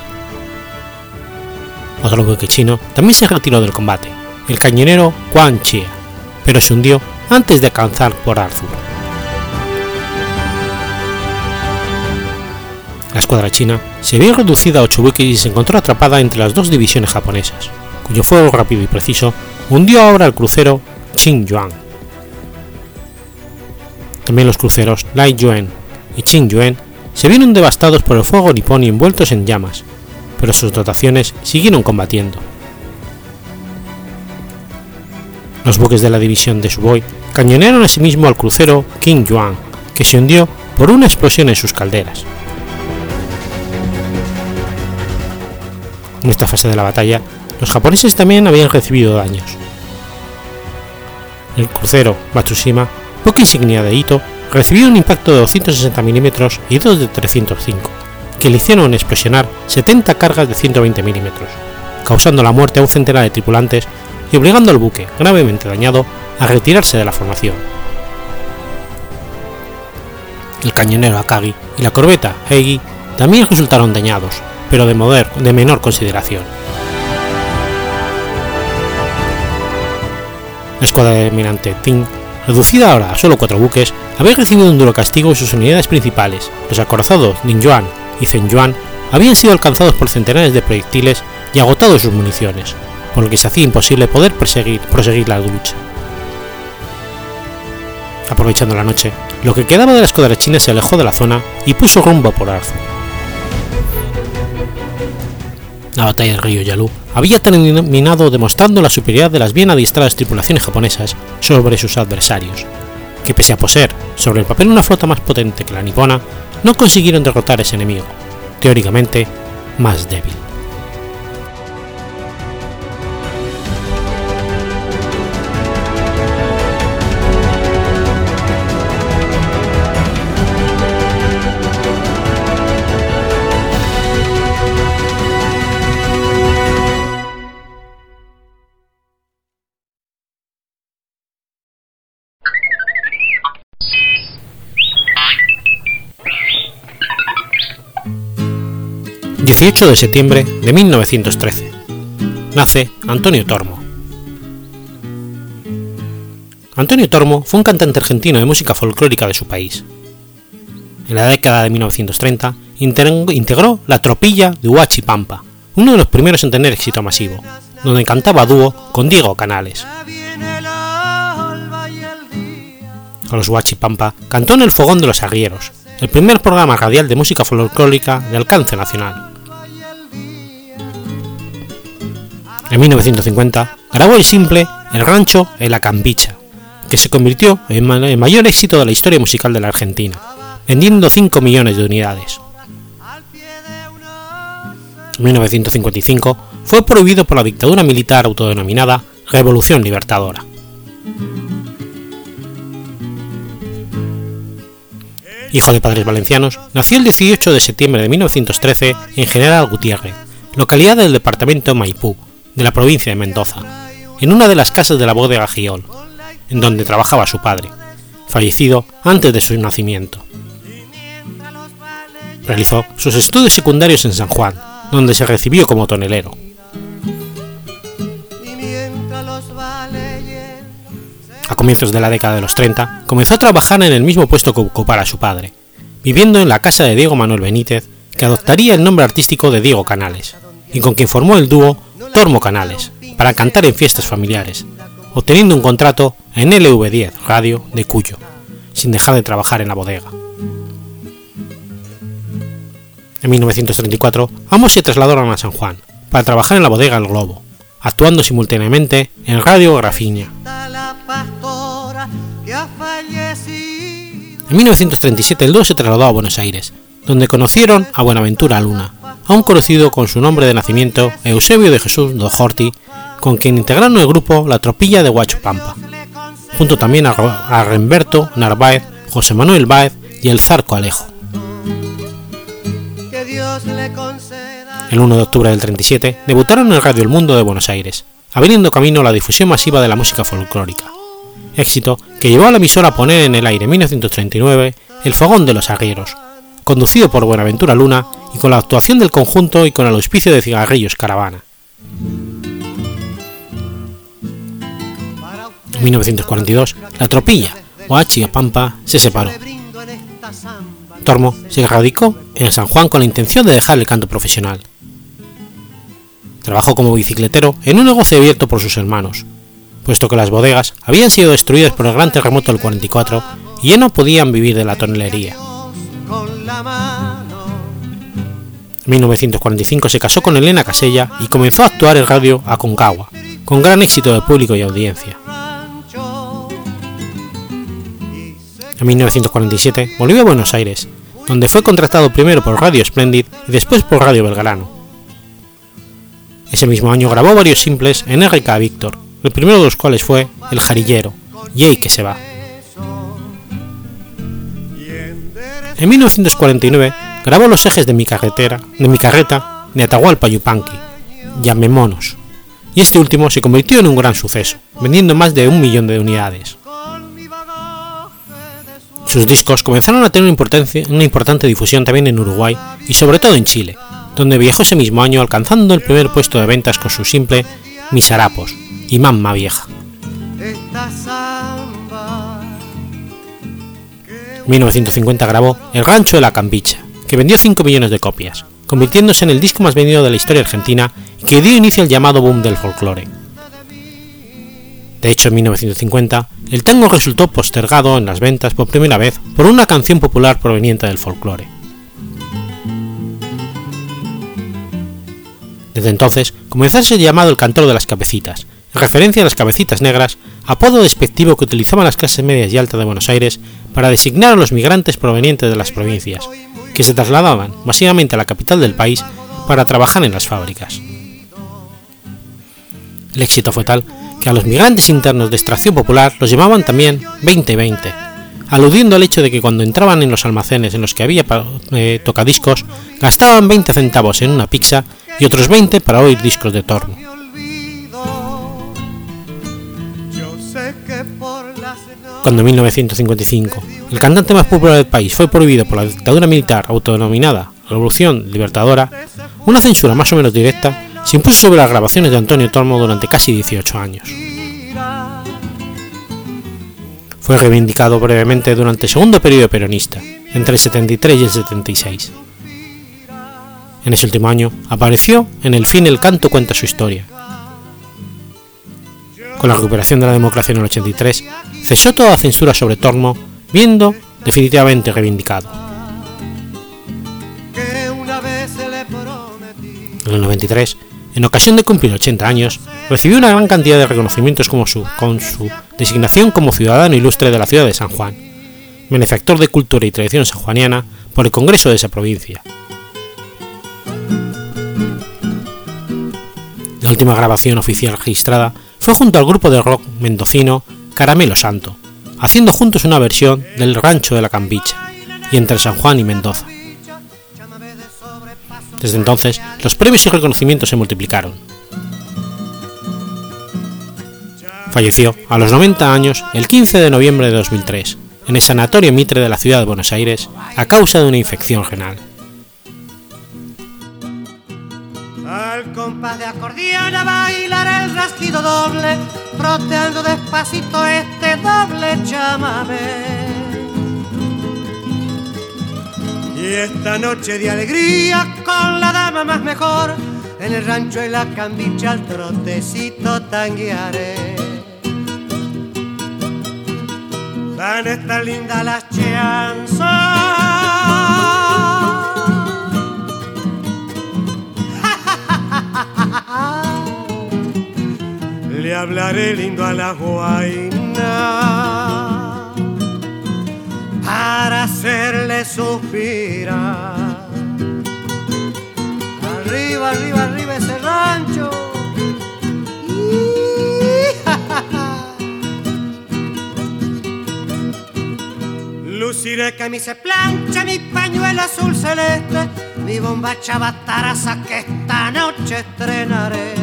Otro buque chino también se retiró del combate, el cañonero Quan Chia, pero se hundió antes de alcanzar Port Arthur. La escuadra china se vio reducida a ocho buques y se encontró atrapada entre las dos divisiones japonesas, cuyo fuego rápido y preciso hundió ahora el crucero Qing Yuan. También los cruceros Lai Yuen y Qing Yuen se vieron devastados por el fuego nipón y envueltos en llamas, pero sus dotaciones siguieron combatiendo. Los buques de la división de Suboi cañonearon asimismo al crucero Qing Yuan, que se hundió por una explosión en sus calderas. En esta fase de la batalla, los japoneses también habían recibido daños. El crucero Matsushima, buque insignia de Ito, recibió un impacto de doscientos sesenta milímetros y dos de trescientos cinco, que le hicieron explosionar setenta cargas de ciento veinte milímetros, causando la muerte a un centenar de tripulantes y obligando al buque, gravemente dañado, a retirarse de la formación. El cañonero Akagi y la corbeta Heigi también resultaron dañados, pero de, moder, de menor consideración. La escuadra del almirante Ting, reducida ahora a solo cuatro buques, había recibido un duro castigo y sus unidades principales, los acorazados Ningyuan y Zhenyuan, habían sido alcanzados por centenares de proyectiles y agotados sus municiones, por lo que se hacía imposible poder perseguir, proseguir la lucha. Aprovechando la noche, lo que quedaba de la escuadra china se alejó de la zona y puso rumbo por Arthur. La batalla del río Yalu había terminado demostrando la superioridad de las bien adiestradas tripulaciones japonesas sobre sus adversarios, que pese a poseer sobre el papel una flota más potente que la nipona, no consiguieron derrotar a ese enemigo, teóricamente más débil. dieciocho de septiembre de mil novecientos trece. Nace Antonio Tormo. Antonio Tormo fue un cantante argentino de música folclórica de su país. En la década de mil novecientos treinta integró la tropilla de Huachi Pampa, uno de los primeros en tener éxito masivo, donde cantaba a dúo con Diego Canales. Con los Huachi Pampa cantó en El Fogón de los Arrieros, el primer programa radial de música folclórica de alcance nacional. En mil novecientos cincuenta grabó el simple El Rancho en la Cambicha, que se convirtió en el mayor éxito de la historia musical de la Argentina, vendiendo cinco millones de unidades. En mil novecientos cincuenta y cinco fue prohibido por la dictadura militar autodenominada Revolución Libertadora. Hijo de padres valencianos, nació el dieciocho de septiembre de mil novecientos trece en General Gutiérrez, localidad del departamento Maipú, de la provincia de Mendoza, en una de las casas de la bodega Giol, en donde trabajaba su padre, fallecido antes de su nacimiento. Realizó sus estudios secundarios en San Juan, donde se recibió como tonelero. A comienzos de la década de los treinta, comenzó a trabajar en el mismo puesto que ocupara su padre, viviendo en la casa de Diego Manuel Benítez, que adoptaría el nombre artístico de Diego Canales, y con quien formó el dúo Tormo Canales, para cantar en fiestas familiares, obteniendo un contrato en L V diez Radio de Cuyo, sin dejar de trabajar en la bodega. En mil novecientos treinta y cuatro, ambos se trasladaron a San Juan, para trabajar en la bodega El Globo, actuando simultáneamente en Radio Grafiña. En mil novecientos treinta y siete el dúo se trasladó a Buenos Aires, donde conocieron a Buenaventura Luna, aún conocido con su nombre de nacimiento Eusebio de Jesús Dojorti, con quien integraron el grupo La Tropilla de Huachi Pampa, junto también a, a Remberto Narváez, José Manuel Báez y el Zarco Alejo. El uno de octubre del treinta y siete debutaron en Radio El Mundo de Buenos Aires, abriendo camino a la difusión masiva de la música folclórica, éxito que llevó a la emisora a poner en el aire en mil novecientos treinta y nueve El Fogón de los Arrieros, conducido por Buenaventura Luna y con la actuación del conjunto y con el auspicio de Cigarrillos Caravana. En mil novecientos cuarenta y dos, la tropilla, Huachi Pampa, se separó. Tormo se radicó en San Juan con la intención de dejar el canto profesional. Trabajó como bicicletero en un negocio abierto por sus hermanos, puesto que las bodegas habían sido destruidas por el gran terremoto del cuarenta y cuatro y ya no podían vivir de la tonelería. En mil novecientos cuarenta y cinco se casó con Elena Casella y comenzó a actuar en Radio Aconcagua, con gran éxito de público y audiencia. En mil novecientos cuarenta y siete volvió a Buenos Aires, donde fue contratado primero por Radio Splendid y después por Radio Belgrano. Ese mismo año grabó varios simples en R K Víctor, el primero de los cuales fue El Jarillero, Yey que se va. En mil novecientos cuarenta y nueve grabó Los ejes de mi carretera, de mi carreta de Atahualpa Yupanqui, Llamémonos, y este último se convirtió en un gran suceso, vendiendo más de un millón de unidades. Sus discos comenzaron a tener una importante difusión también en Uruguay y sobre todo en Chile, donde viajó ese mismo año alcanzando el primer puesto de ventas con su simple Mis harapos y Mamma Vieja. En mil novecientos cincuenta grabó El Rancho de la Cambicha, que vendió cinco millones de copias, convirtiéndose en el disco más vendido de la historia argentina y que dio inicio al llamado boom del folclore. De hecho, en mil novecientos cincuenta, el tango resultó postergado en las ventas por primera vez por una canción popular proveniente del folclore. Desde entonces comenzó a ser llamado el cantor de las cabecitas, en referencia a las cabecitas negras, apodo despectivo que utilizaban las clases medias y altas de Buenos Aires para designar a los migrantes provenientes de las provincias, que se trasladaban masivamente a la capital del país para trabajar en las fábricas. El éxito fue tal que a los migrantes internos de extracción popular los llamaban también veinte veinte, aludiendo al hecho de que cuando entraban en los almacenes en los que había eh, tocadiscos, gastaban veinte centavos en una pizza y otros veinte para oír discos de Tormo. Cuando en mil novecientos cincuenta y cinco el cantante más popular del país fue prohibido por la dictadura militar autodenominada Revolución Libertadora, una censura más o menos directa se impuso sobre las grabaciones de Antonio Tormo durante casi dieciocho años. Fue reivindicado brevemente durante el segundo periodo peronista, entre el setenta y tres y el setenta y seis. En ese último año apareció en El fin el canto cuenta su historia. Con la recuperación de la democracia en el ochenta y tres, cesó toda censura sobre Tormo, viendo definitivamente reivindicado. En el noventa y tres, en ocasión de cumplir ochenta años, recibió una gran cantidad de reconocimientos como su, con su designación como ciudadano ilustre de la ciudad de San Juan, benefactor de cultura y tradición sanjuaniana por el Congreso de esa provincia. La última grabación oficial registrada fue junto al grupo de rock mendocino Caramelo Santo, haciendo juntos una versión del Rancho de la Campicha, y entre San Juan y Mendoza. Desde entonces, los premios y reconocimientos se multiplicaron. Falleció a los noventa años el quince de noviembre de dos mil tres, en el Sanatorio Mitre de la ciudad de Buenos Aires, a causa de una infección renal. Al compás de acordeón a bailar el rasquido doble, troteando despacito este doble chamamé. Y esta noche de alegría con la dama más mejor, en el rancho y la cambicha al trotecito tanguearé. Van a estar lindas las chanzas, le hablaré lindo a la guaina para hacerle suspirar. Arriba, arriba, arriba ese rancho. Luciré camisa plancha, mi pañuelo azul celeste, mi bomba chavataraza que esta noche estrenaré.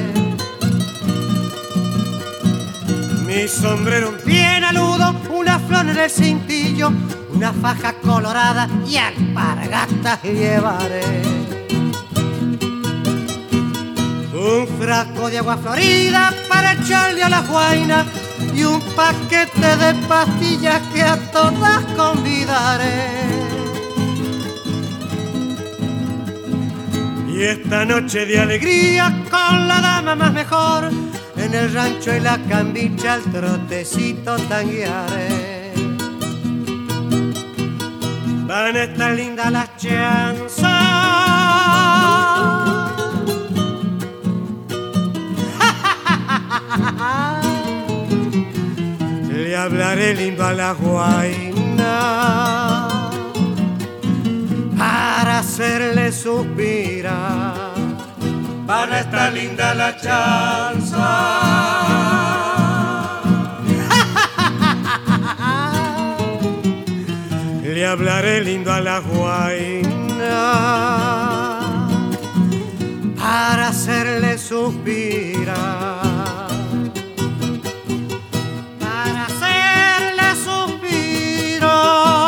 Mi sombrero un pie aludo, una flor en el cintillo, una faja colorada y alpargatas llevaré. Un frasco de agua florida para echarle a la guaina y un paquete de pastillas que a todas convidaré. Y esta noche de alegría con la dama más mejor, en el rancho y la cambicha al trotecito tanguearé. Van a estar lindas las chanzas, le hablaré lindo a la guaina para hacerle suspirar. Van a estar linda la chanza, le hablaré lindo a la guaina para hacerle suspirar. Para hacerle suspirar.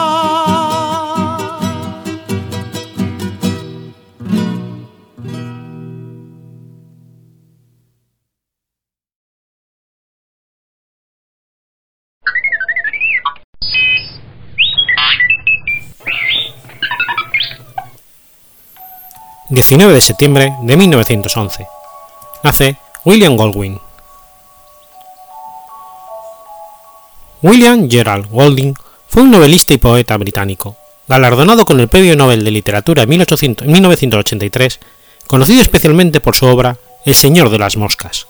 diecinueve de septiembre de mil novecientos once. Nace William Golding. William Gerald Golding fue un novelista y poeta británico, galardonado con el Premio Nobel de Literatura en mil novecientos ochenta y tres conocido especialmente por su obra El Señor de las Moscas.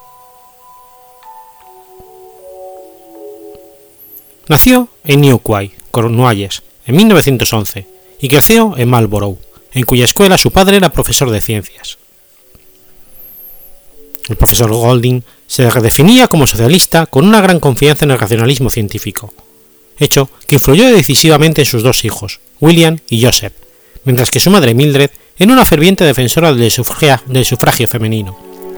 Nació en New Quay, Cornualles, en mil novecientos once, y creció en Marlborough, en cuya escuela su padre era profesor de ciencias. El profesor Golding se definía como socialista con una gran confianza en el racionalismo científico, hecho que influyó decisivamente en sus dos hijos, William y Joseph, mientras que su madre Mildred era una ferviente defensora del sufragio, del sufragio femenino.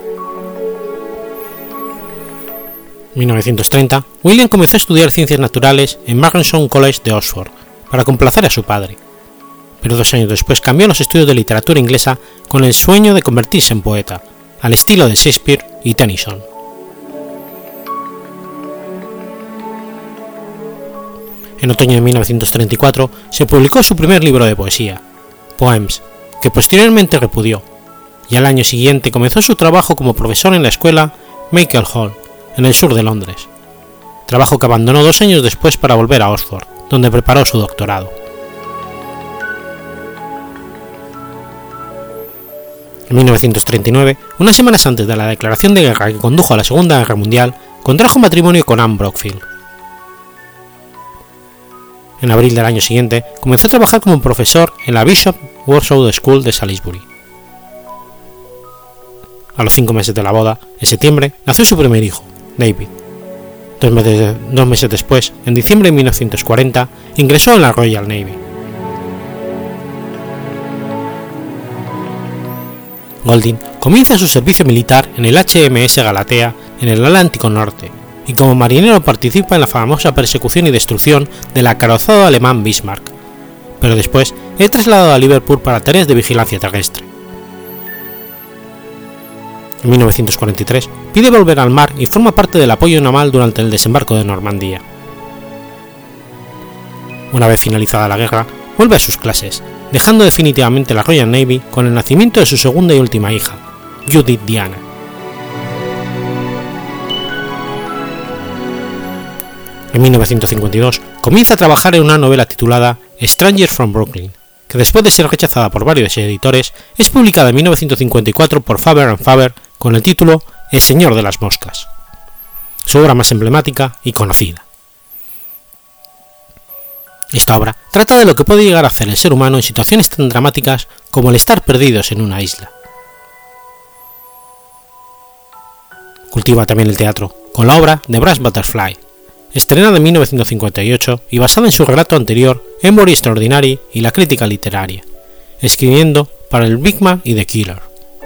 En mil novecientos treinta, William comenzó a estudiar ciencias naturales en Magdalen College de Oxford, para complacer a su padre, pero dos años después cambió los estudios de literatura inglesa con el sueño de convertirse en poeta, al estilo de Shakespeare y Tennyson. En otoño de mil novecientos treinta y cuatro se publicó su primer libro de poesía, Poems, que posteriormente repudió, y al año siguiente comenzó su trabajo como profesor en la escuela Michael Hall, en el sur de Londres, trabajo que abandonó dos años después para volver a Oxford, donde preparó su doctorado. En mil novecientos treinta y nueve, unas semanas antes de la declaración de guerra que condujo a la Segunda Guerra Mundial, contrajo matrimonio con Anne Brockfield. En abril del año siguiente, comenzó a trabajar como profesor en la Bishop Wordsworth School de Salisbury. A los cinco meses de la boda, en septiembre, nació su primer hijo, David. Dos meses, dos meses después, en diciembre de mil novecientos cuarenta, ingresó en la Royal Navy. Golding comienza su servicio militar en el H M S Galatea en el Atlántico Norte, y como marinero participa en la famosa persecución y destrucción del acorazado alemán Bismarck, pero después es trasladado a Liverpool para tareas de vigilancia terrestre. En mil novecientos cuarenta y tres pide volver al mar y forma parte del apoyo naval durante el desembarco de Normandía. Una vez finalizada la guerra, vuelve a sus clases, dejando definitivamente la Royal Navy con el nacimiento de su segunda y última hija, Judith Diana. En mil novecientos cincuenta y dos comienza a trabajar en una novela titulada Stranger from Brooklyn, que después de ser rechazada por varios editores, es publicada en mil novecientos cincuenta y cuatro por Faber and Faber con el título El Señor de las Moscas, su obra más emblemática y conocida. Esta obra trata de lo que puede llegar a hacer el ser humano en situaciones tan dramáticas como el estar perdidos en una isla. Cultiva también el teatro, con la obra The Brass Butterfly, estrenada en mil novecientos cincuenta y ocho y basada en su relato anterior Emory Extraordinary y la crítica literaria, escribiendo para el Big Man y The Killer.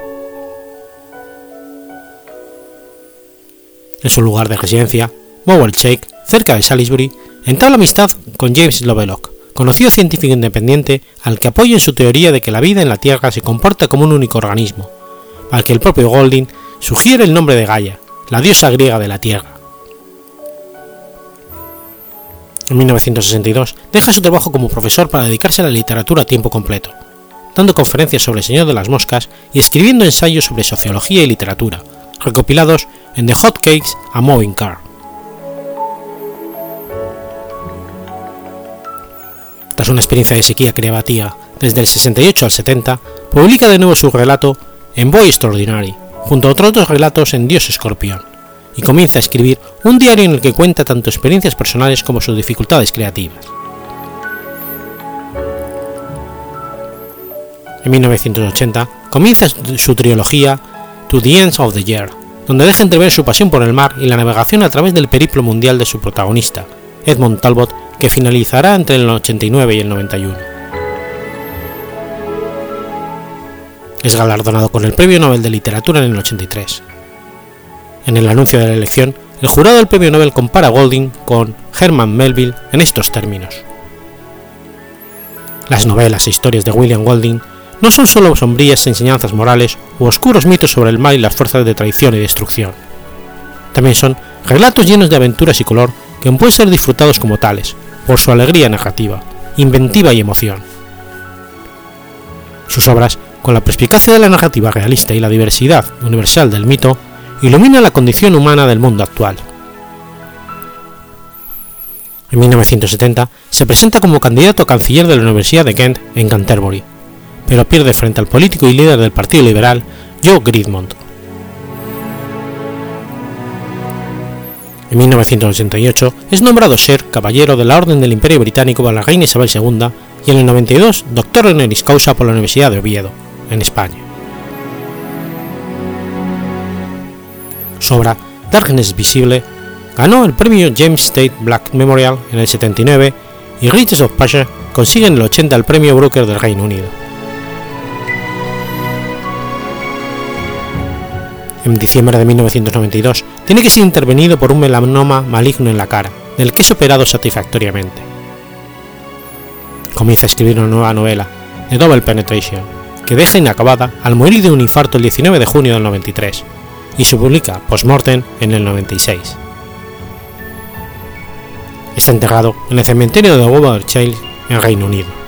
En su lugar de residencia, Mowell Shake, cerca de Salisbury, entabla amistad con James Lovelock, conocido científico independiente al que apoya en su teoría de que la vida en la Tierra se comporta como un único organismo, al que el propio Golding sugiere el nombre de Gaia, la diosa griega de la Tierra. En mil novecientos sesenta y dos deja su trabajo como profesor para dedicarse a la literatura a tiempo completo, dando conferencias sobre el Señor de las Moscas y escribiendo ensayos sobre sociología y literatura, recopilados en The Hot Cakes a Moving Car. Tras una experiencia de sequía creativa desde el sesenta y ocho al setenta, publica de nuevo su relato en Boy Extraordinary, junto a otros dos relatos en Dios Escorpión, y comienza a escribir un diario en el que cuenta tanto experiencias personales como sus dificultades creativas. En mil novecientos ochenta comienza su trilogía To the Ends of the Year, donde deja entrever su pasión por el mar y la navegación a través del periplo mundial de su protagonista, Edmond Talbot, que finalizará entre el ochenta y nueve y el noventa y uno. Es galardonado con el Premio Nobel de Literatura en el ochenta y tres. En el anuncio de la elección, el jurado del Premio Nobel compara a Golding con Herman Melville en estos términos: las novelas e historias de William Golding no son solo sombrías enseñanzas morales u oscuros mitos sobre el mal y las fuerzas de traición y destrucción. También son relatos llenos de aventuras y color que pueden ser disfrutados como tales, por su alegría narrativa, inventiva y emoción. Sus obras, con la perspicacia de la narrativa realista y la diversidad universal del mito, iluminan la condición humana del mundo actual. En mil novecientos setenta se presenta como candidato a canciller de la Universidad de Kent en Canterbury, pero pierde frente al político y líder del Partido Liberal, Joe Gridmont. En mil novecientos ochenta y ocho es nombrado Ser Caballero de la Orden del Imperio Británico por la reina Isabel segunda y en el noventa y dos doctor honoris causa por la Universidad de Oviedo, en España. Su obra Darkness Visible ganó el premio James Tate Black Memorial en el setenta y nueve y Riches of Passion consigue en el ochenta el premio Booker del Reino Unido. En diciembre de mil novecientos noventa y dos tiene que ser intervenido por un melanoma maligno en la cara, del que es operado satisfactoriamente. Comienza a escribir una nueva novela, The Double Penetration, que deja inacabada al morir de un infarto el diecinueve de junio del noventa y tres, y se publica post-mortem en el noventa y seis. Está enterrado en el cementerio de Wavershale, en Reino Unido.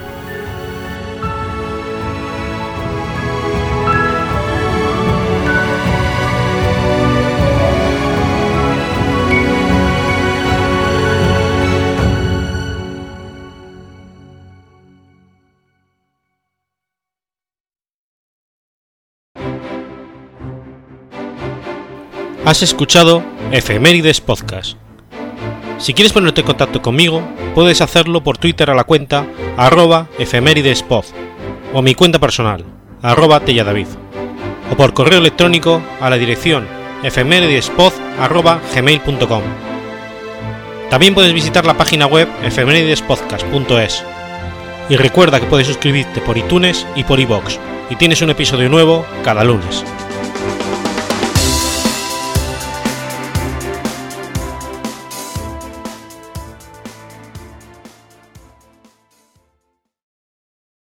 Has escuchado Efemérides Podcast. Si quieres ponerte en contacto conmigo, puedes hacerlo por Twitter a la cuenta arroba efemeridespod o a mi cuenta personal, arroba telladavid, o por correo electrónico a la dirección efemeridespod arroba gmail punto com. También puedes visitar la página web efemeridespodcast punto es. Y recuerda que puedes suscribirte por iTunes y por iVoox, y tienes un episodio nuevo cada lunes.